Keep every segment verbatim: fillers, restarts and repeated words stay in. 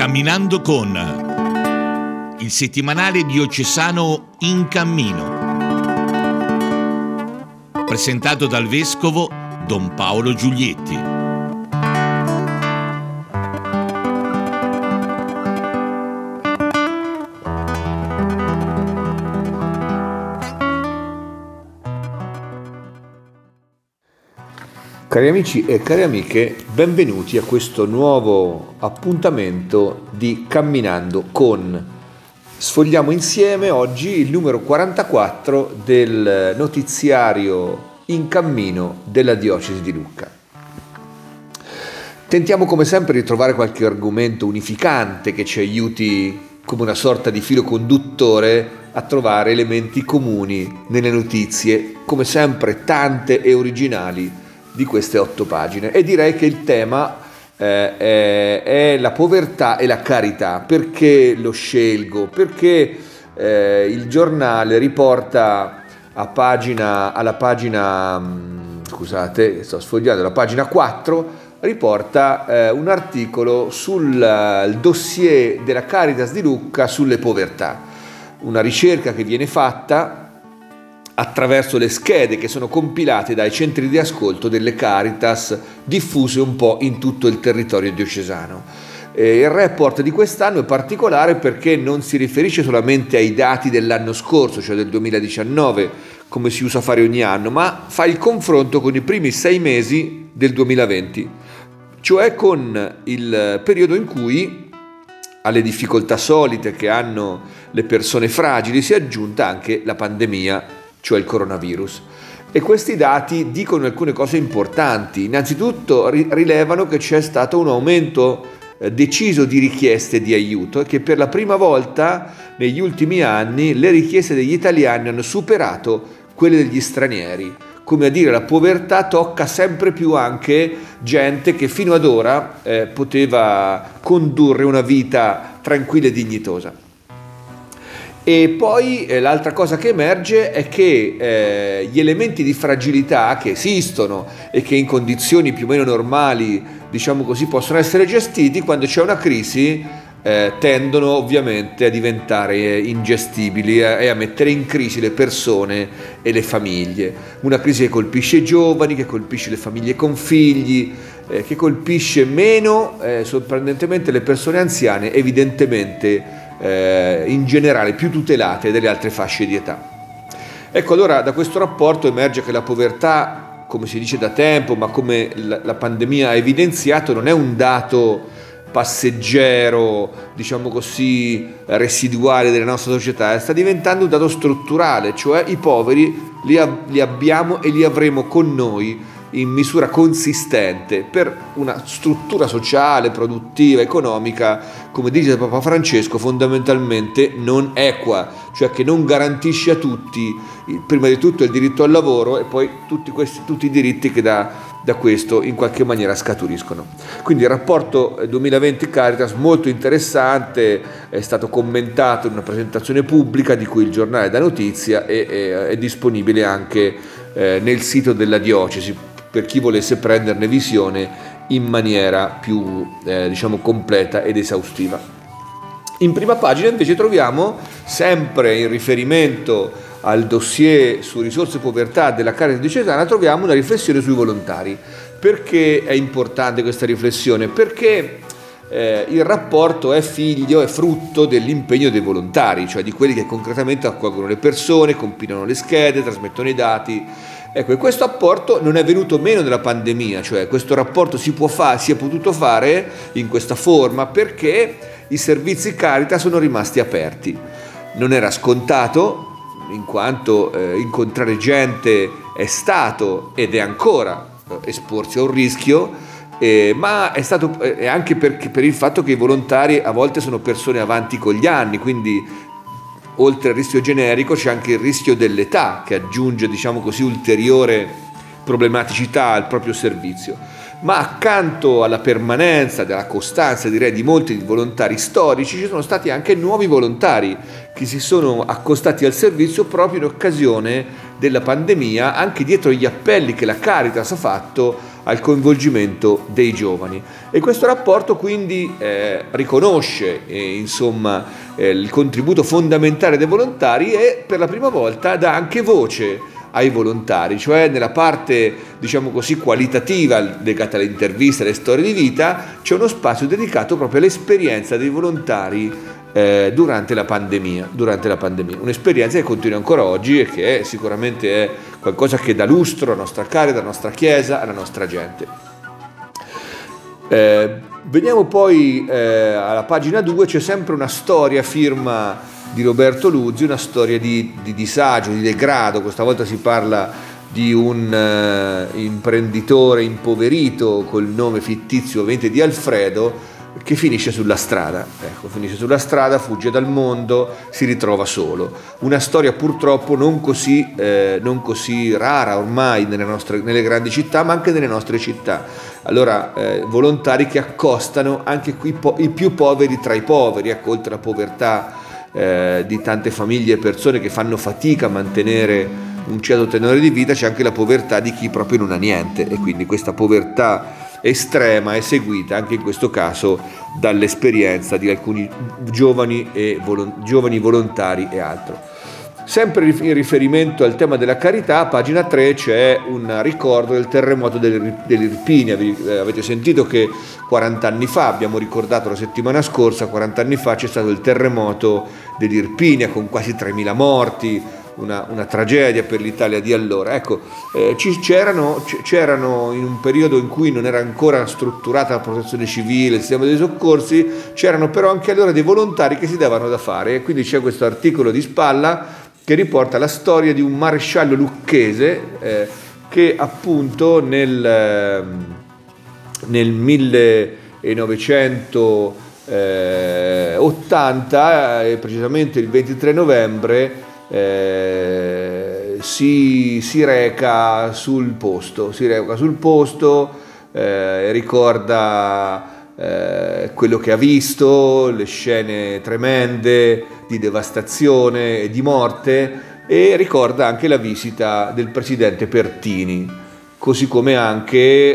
Camminando con, il settimanale diocesano In Cammino, presentato dal vescovo Don Paolo Giulietti. Cari amici e cari amiche, benvenuti a questo nuovo appuntamento di Camminando con. Sfogliamo insieme oggi il numero quarantaquattro del notiziario In Cammino della Diocesi di Lucca. Tentiamo come sempre di trovare qualche argomento unificante che ci aiuti come una sorta di filo conduttore a trovare elementi comuni nelle notizie, come sempre tante e originali di queste otto pagine, e direi che il tema eh, è, è la povertà e la carità. Perché lo scelgo? Perché eh, il giornale riporta a pagina, alla pagina, mh, scusate, sto sfogliando, la pagina quattro, riporta eh, un articolo sul uh, dossier della Caritas di Lucca sulle povertà, una ricerca che viene fatta attraverso le schede che sono compilate dai centri di ascolto delle Caritas diffuse un po' in tutto il territorio diocesano. Eh, il report di quest'anno è particolare perché non si riferisce solamente ai dati dell'anno scorso, cioè del duemiladiciannove, come si usa fare ogni anno, ma fa il confronto con i primi sei mesi del duemilaventi, cioè con il periodo in cui alle difficoltà solite che hanno le persone fragili si è aggiunta anche la pandemia, cioè il coronavirus. E questi dati dicono alcune cose importanti. Innanzitutto rilevano che c'è stato un aumento deciso di richieste di aiuto e che per la prima volta negli ultimi anni le richieste degli italiani hanno superato quelle degli stranieri. Come a dire, la povertà tocca sempre più anche gente che fino ad ora eh, poteva condurre una vita tranquilla e dignitosa. E poi eh, l'altra cosa che emerge è che eh, gli elementi di fragilità che esistono e che in condizioni più o meno normali, diciamo così, possono essere gestiti, quando c'è una crisi eh, tendono ovviamente a diventare ingestibili eh, e a mettere in crisi le persone e le famiglie. Una crisi che colpisce i giovani, che colpisce le famiglie con figli, eh, che colpisce meno eh, sorprendentemente le persone anziane, evidentemente Eh, in generale più tutelate delle altre fasce di età. Ecco, allora da questo rapporto emerge che la povertà, come si dice da tempo, ma come la, la pandemia ha evidenziato, non è un dato passeggero, diciamo così, residuale della nostra società, sta diventando un dato strutturale, cioè i poveri li, ab- li abbiamo e li avremo con noi in misura consistente per una struttura sociale, produttiva, economica, come dice Papa Francesco, fondamentalmente non equa, cioè che non garantisce a tutti, prima di tutto il diritto al lavoro e poi tutti, questi, tutti i diritti che da, da questo in qualche maniera scaturiscono. Quindi il rapporto duemilaventi Caritas molto interessante, è stato commentato in una presentazione pubblica di cui il giornale dà notizia e è, è disponibile anche eh, nel sito della diocesi, per chi volesse prenderne visione in maniera più eh, diciamo completa ed esaustiva. In prima pagina invece troviamo, sempre in riferimento al dossier su risorse e povertà della Caritas diocesana, troviamo una riflessione sui volontari. Perché è importante questa riflessione? Perché eh, il rapporto è figlio, è frutto dell'impegno dei volontari, cioè di quelli che concretamente accolgono le persone, compilano le schede, trasmettono i dati. Ecco, e questo apporto non è venuto meno nella pandemia, cioè questo rapporto si può fare, si è potuto fare in questa forma perché i servizi Caritas sono rimasti aperti. Non era scontato, in quanto eh, incontrare gente è stato ed è ancora eh, esporsi a un rischio, eh, ma è stato eh, anche perché, per il fatto che i volontari a volte sono persone avanti con gli anni, quindi oltre al rischio generico c'è anche il rischio dell'età che aggiunge, diciamo così, ulteriore problematicità al proprio servizio. Ma accanto alla permanenza, della costanza direi di molti volontari storici, ci sono stati anche nuovi volontari che si sono accostati al servizio proprio in occasione della pandemia, anche dietro gli appelli che la Caritas ha fatto al coinvolgimento dei giovani. E questo rapporto quindi eh, riconosce eh, insomma eh, il contributo fondamentale dei volontari e per la prima volta dà anche voce ai volontari, cioè nella parte, diciamo così, qualitativa legata alle interviste, alle storie di vita, c'è uno spazio dedicato proprio all'esperienza dei volontari eh, durante la pandemia, durante la pandemia. Un'esperienza che continua ancora oggi e che è, sicuramente è qualcosa che dà lustro alla nostra Caritas, alla nostra Chiesa, alla nostra gente. Eh, veniamo poi eh, alla pagina due, c'è sempre una storia firma di Roberto Luzzi, una storia di, di disagio, di degrado. Questa volta si parla di un uh, imprenditore impoverito col nome fittizio ovviamente di Alfredo, che finisce sulla strada, ecco, finisce sulla strada, fugge dal mondo, si ritrova solo. Una storia purtroppo non così, eh, non così rara ormai nelle, nostre, nelle grandi città, ma anche nelle nostre città. Allora, eh, volontari che accostano anche qui po- i più poveri tra i poveri, ecco, oltre alla povertà eh, di tante famiglie e persone che fanno fatica a mantenere un certo tenore di vita, c'è anche la povertà di chi proprio non ha niente, e quindi questa povertà estrema è seguita anche in questo caso dall'esperienza di alcuni giovani, e volo- giovani volontari e altro. Sempre in riferimento al tema della carità, a pagina tre c'è un ricordo del terremoto dell'Irpinia. Avete sentito che quaranta anni fa, abbiamo ricordato la settimana scorsa, quaranta anni fa c'è stato il terremoto dell'Irpinia con quasi tremila morti, Una, una tragedia per l'Italia di allora. Ecco, eh, ci, c'erano, c'erano in un periodo in cui non era ancora strutturata la protezione civile, il sistema dei soccorsi, c'erano però anche allora dei volontari che si davano da fare, e quindi c'è questo articolo di Spalla che riporta la storia di un maresciallo lucchese eh, che appunto nel, eh, nel millenovecentottanta, eh, precisamente il ventitré novembre, Eh, si, si reca sul posto, si reca sul posto, eh, ricorda eh, quello che ha visto, le scene tremende di devastazione e di morte, e ricorda anche la visita del presidente Pertini, così come anche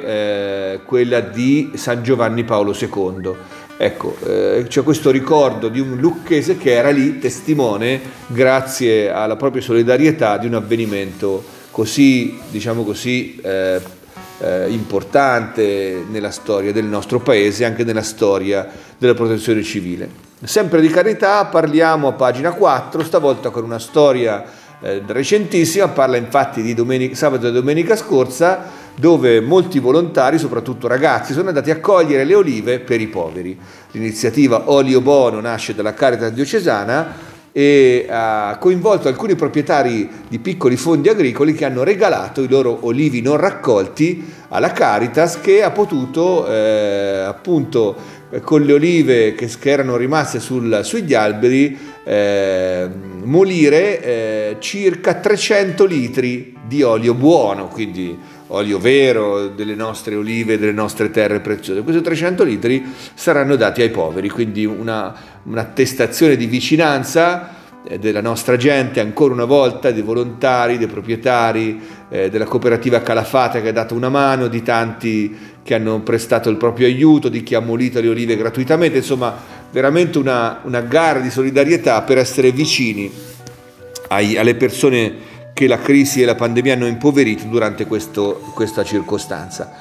eh, quella di San Giovanni Paolo secondo. Ecco, eh, c'è questo ricordo di un lucchese che era lì testimone, grazie alla propria solidarietà, di un avvenimento così, diciamo così, eh, eh, importante nella storia del nostro paese, anche nella storia della protezione civile. Sempre di carità parliamo a pagina quattro, stavolta con una storia eh, recentissima. Parla infatti di domenica, sabato e domenica scorsa, dove molti volontari, soprattutto ragazzi, sono andati a cogliere le olive per i poveri. L'iniziativa Olio Bono nasce dalla Caritas diocesana e ha coinvolto alcuni proprietari di piccoli fondi agricoli che hanno regalato i loro olivi non raccolti alla Caritas, che ha potuto eh, appunto con le olive che, che erano rimaste sul, sugli alberi eh, molire eh, circa trecento litri di olio buono, quindi olio vero delle nostre olive, delle nostre terre preziose. Questi trecento litri saranno dati ai poveri, quindi una, un'attestazione di vicinanza eh, della nostra gente, ancora una volta, dei volontari, dei proprietari, eh, della cooperativa Calafate che ha dato una mano, di tanti che hanno prestato il proprio aiuto, di chi ha molito le olive gratuitamente. Insomma, veramente una, una gara di solidarietà per essere vicini ai, alle persone che la crisi e la pandemia hanno impoverito durante questo, questa circostanza.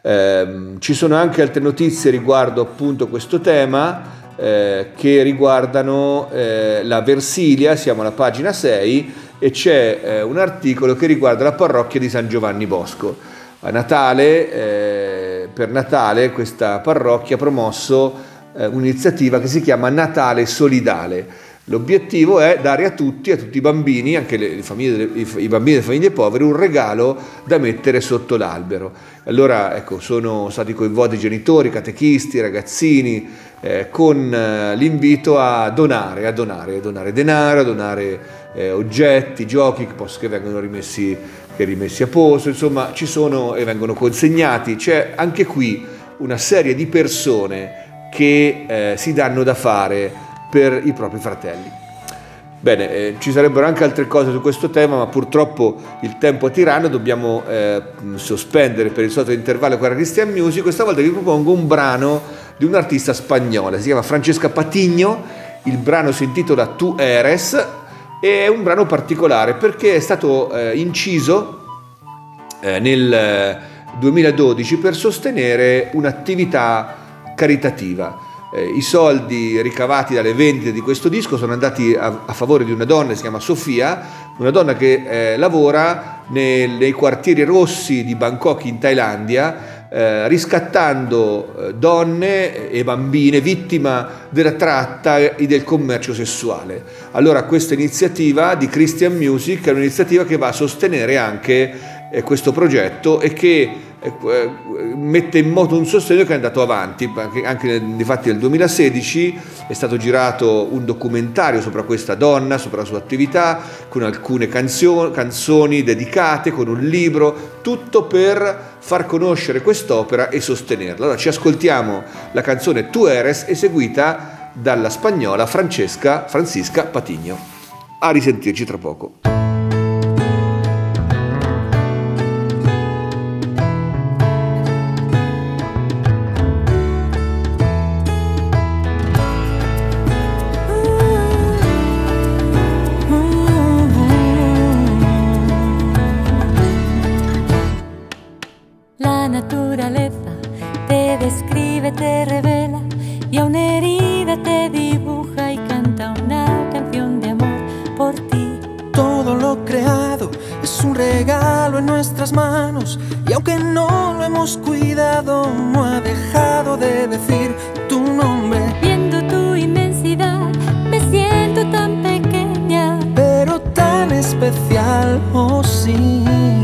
Eh, ci sono anche altre notizie riguardo appunto questo tema eh, che riguardano eh, la Versilia. Siamo alla pagina sei e c'è eh, un articolo che riguarda la parrocchia di San Giovanni Bosco. A Natale, eh, per Natale, questa parrocchia ha promosso eh, un'iniziativa che si chiama Natale Solidale. L'obiettivo è dare a tutti, a tutti i bambini, anche le famiglie, i, i bambini delle famiglie povere, un regalo da mettere sotto l'albero. Allora, ecco, sono stati coinvolti genitori, catechisti, ragazzini, eh, con eh, l'invito a donare, a donare, a donare denaro, a donare eh, oggetti, giochi che, posso, che vengono rimessi, che rimessi a posto, insomma, ci sono e vengono consegnati. C'è anche qui una serie di persone che eh, si danno da fare per i propri fratelli. Bene, eh, ci sarebbero anche altre cose su questo tema, ma purtroppo il tempo è tiranno, dobbiamo eh, sospendere per il solito intervallo con la Christian Music. Questa volta vi propongo un brano di un'artista spagnola, si chiama Francesca Patiño, il brano si intitola Tu eres, e è un brano particolare perché è stato eh, inciso eh, nel duemiladodici per sostenere un'attività caritativa. Eh, I soldi ricavati dalle vendite di questo disco sono andati a, a favore di una donna che si chiama Sofia, una donna che eh, lavora nei, nei quartieri rossi di Bangkok in Thailandia, eh, riscattando eh, donne e bambine vittime della tratta e del commercio sessuale. Allora questa iniziativa di Christian Music è un'iniziativa che va a sostenere anche eh, questo progetto e che mette in moto un sostegno che è andato avanti. Anche difatti nel duemilasedici è stato girato un documentario sopra questa donna, sopra la sua attività, con alcune canzoni, canzoni dedicate, con un libro, tutto per far conoscere quest'opera e sostenerla. Allora ci ascoltiamo la canzone Tu eres, eseguita dalla spagnola Francesca Francisca Patiño. A risentirci tra poco. Te revela y a una herida te dibuja y canta una canción de amor por ti. Todo lo creado es un regalo en nuestras manos y aunque no lo hemos cuidado no ha dejado de decir tu nombre. Viendo tu inmensidad me siento tan pequeña pero tan especial, oh sí,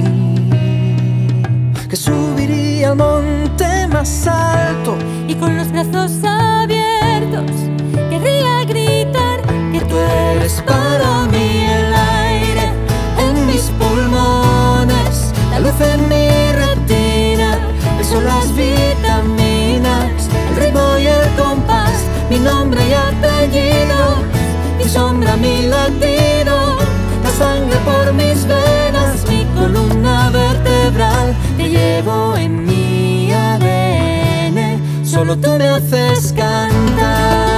que subiría al monte más alto y con los brazos abiertos querría gritar que tú eres para mí el aire en mis pulmones, la luz en mi retina, el sol, las vitaminas, el ritmo y el compás, mi nombre y apellido, mi sombra, mi latido, la sangre por mis venas, mi columna vertebral, te llevo en mi A D N, solo tú me haces cantar.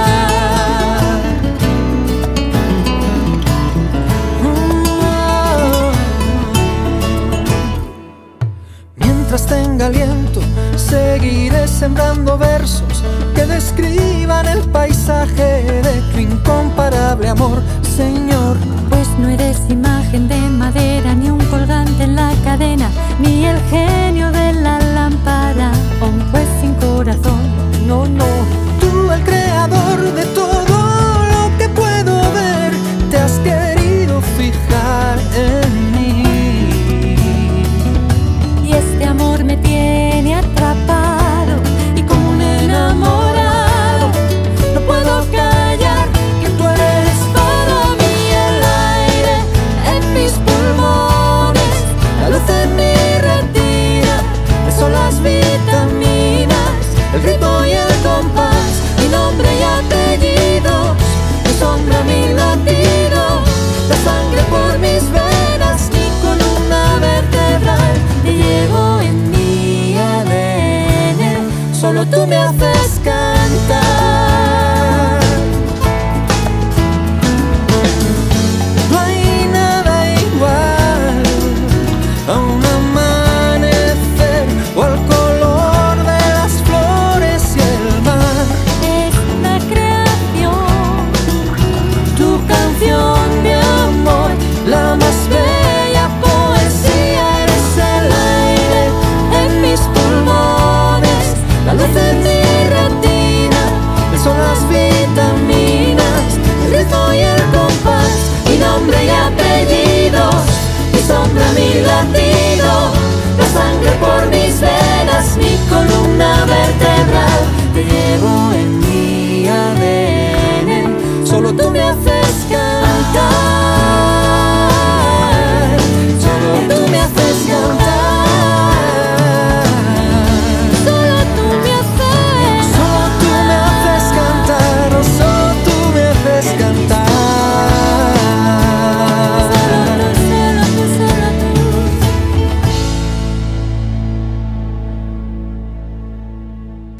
Mientras tenga aliento, seguiré sembrando versos que describan el paisaje de tu incomparable amor, Señor. Pues no eres imagen de madera, ni un colgante en la cadena, ni el genio de la lámpara, o un juez sin corazón. No, no, tú el creador de todo lo que puedo ver, te has querido fijar en mí. Y este amor me tiene atrapado y como un enamorado no puedo callar que tú eres para mí el aire en mis pulmones, la luz en mi retina,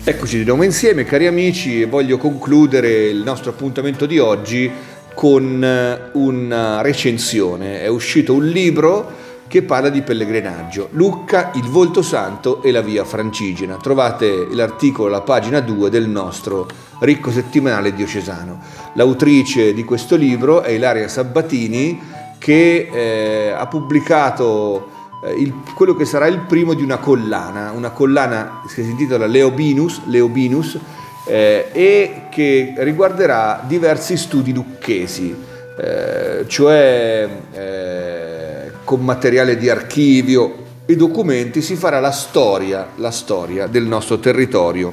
Eccoci di nuovo insieme, cari amici, e voglio concludere il nostro appuntamento di oggi con una recensione. È uscito un libro che parla di pellegrinaggio, Lucca, il volto santo e la via Francigena. Trovate l'articolo alla pagina due del nostro ricco settimanale diocesano. L'autrice di questo libro è Ilaria Sabbatini, che eh, ha pubblicato Il, quello che sarà il primo di una collana, una collana che si intitola Leobinus, Leobinus eh, e che riguarderà diversi studi lucchesi, eh, cioè eh, con materiale di archivio e documenti si farà la storia, la storia del nostro territorio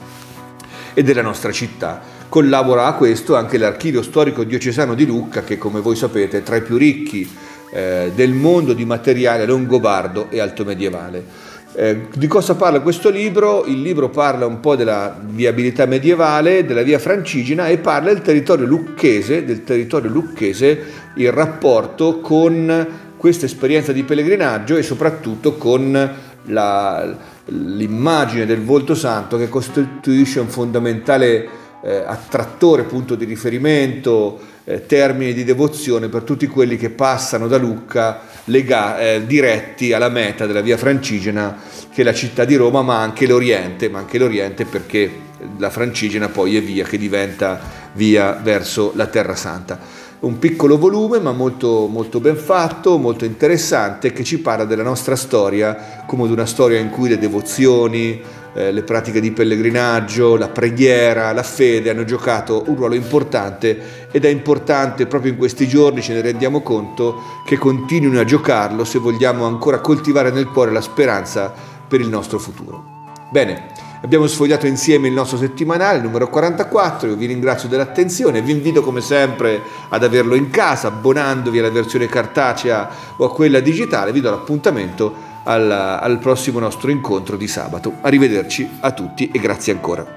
e della nostra città. Collabora a questo anche l'Archivio Storico Diocesano di Lucca, che come voi sapete è tra i più ricchi Eh, del mondo di materiale longobardo e altomedievale. Eh, di cosa parla questo libro? Il libro parla un po' della viabilità medievale, della via Francigena, e parla del territorio lucchese, del territorio lucchese, il rapporto con questa esperienza di pellegrinaggio e soprattutto con la, l'immagine del volto santo, che costituisce un fondamentale eh, attrattore, punto di riferimento, eh, termine di devozione per tutti quelli che passano da Lucca lega, eh, diretti alla meta della via Francigena, che è la città di Roma, ma anche l'Oriente, ma anche l'Oriente perché la Francigena poi è via che diventa via verso la Terra Santa. Un piccolo volume ma molto, molto ben fatto, molto interessante, che ci parla della nostra storia come di una storia in cui le devozioni, eh, le pratiche di pellegrinaggio, la preghiera, la fede hanno giocato un ruolo importante, ed è importante proprio in questi giorni, ce ne rendiamo conto, che continuino a giocarlo se vogliamo ancora coltivare nel cuore la speranza per il nostro futuro. Bene, abbiamo sfogliato insieme il nostro settimanale numero quarantaquattro, io vi ringrazio dell'attenzione, vi invito come sempre ad averlo in casa abbonandovi alla versione cartacea o a quella digitale. Vi do l'appuntamento al, al prossimo nostro incontro di sabato. Arrivederci a tutti e grazie ancora.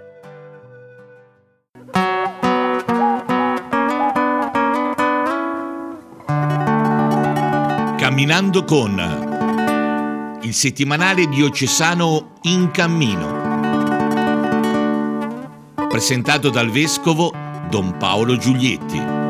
Camminando con il settimanale diocesano In Cammino, presentato dal vescovo Don Paolo Giulietti.